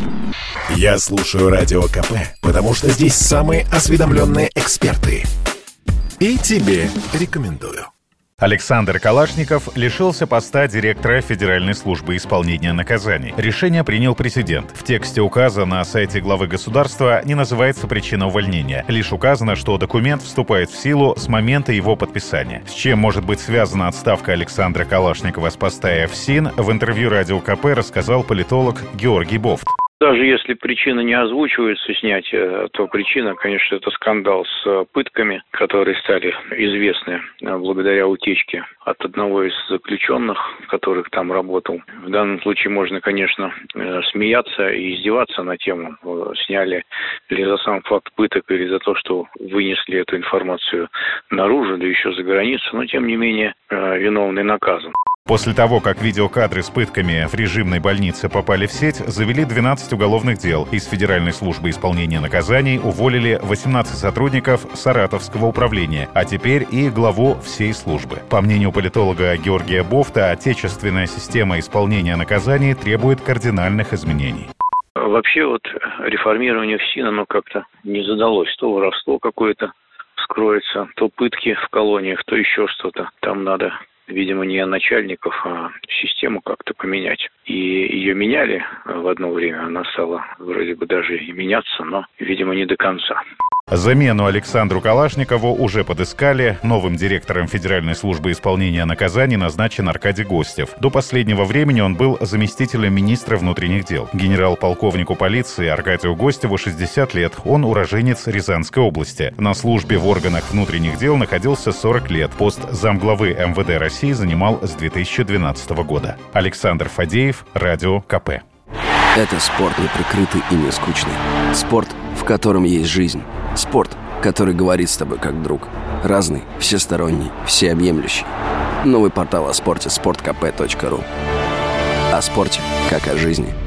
Я слушаю Радио КП, потому что здесь самые осведомленные эксперты. И тебе рекомендую. Александр Калашников лишился поста директора Федеральной службы исполнения наказаний. Решение принял президент. В тексте указа на сайте главы государства не называется причина увольнения. Лишь указано, что документ вступает в силу с момента его подписания. С чем может быть связана отставка Александра Калашникова с поста ФСИН, в интервью Радио КП рассказал политолог Георгий Бофт. Даже если причина не озвучивается снятия, то причина, конечно, это скандал с пытками, которые стали известны благодаря утечке от одного из заключенных, который там работал. В данном случае можно, конечно, смеяться и издеваться на тему, сняли ли за сам факт пыток или за то, что вынесли эту информацию наружу, да еще за границу, но тем не менее виновный наказан. После того, как видеокадры с пытками в режимной больнице попали в сеть, завели 12 уголовных дел. Из Федеральной службы исполнения наказаний уволили 18 сотрудников Саратовского управления, а теперь и главу всей службы. По мнению политолога Георгия Бофта, отечественная система исполнения наказаний требует кардинальных изменений. Вообще реформирование ФСИН, оно как-то не задалось. То воровство какое-то скроется, то пытки в колониях, то еще что-то. Там надо, видимо, не начальников, а систему как-то поменять. И ее меняли в одно время, она стала вроде бы даже и меняться, но, видимо, не до конца. Замену Александру Калашникову уже подыскали. Новым директором Федеральной службы исполнения наказаний назначен Аркадий Гостев. До последнего времени он был заместителем министра внутренних дел. Генерал-полковнику полиции Аркадию Гостеву 60 лет. Он уроженец Рязанской области. На службе в органах внутренних дел находился 40 лет. Пост замглавы МВД России занимал с 2012 года. Александр Фадеев, Радио КП. Это спорт неприкрытый и не скучный. Спорт, в котором есть жизнь. Спорт, который говорит с тобой как друг. Разный, всесторонний, всеобъемлющий. Новый портал о спорте – sportkp.ru. О спорте, как о жизни.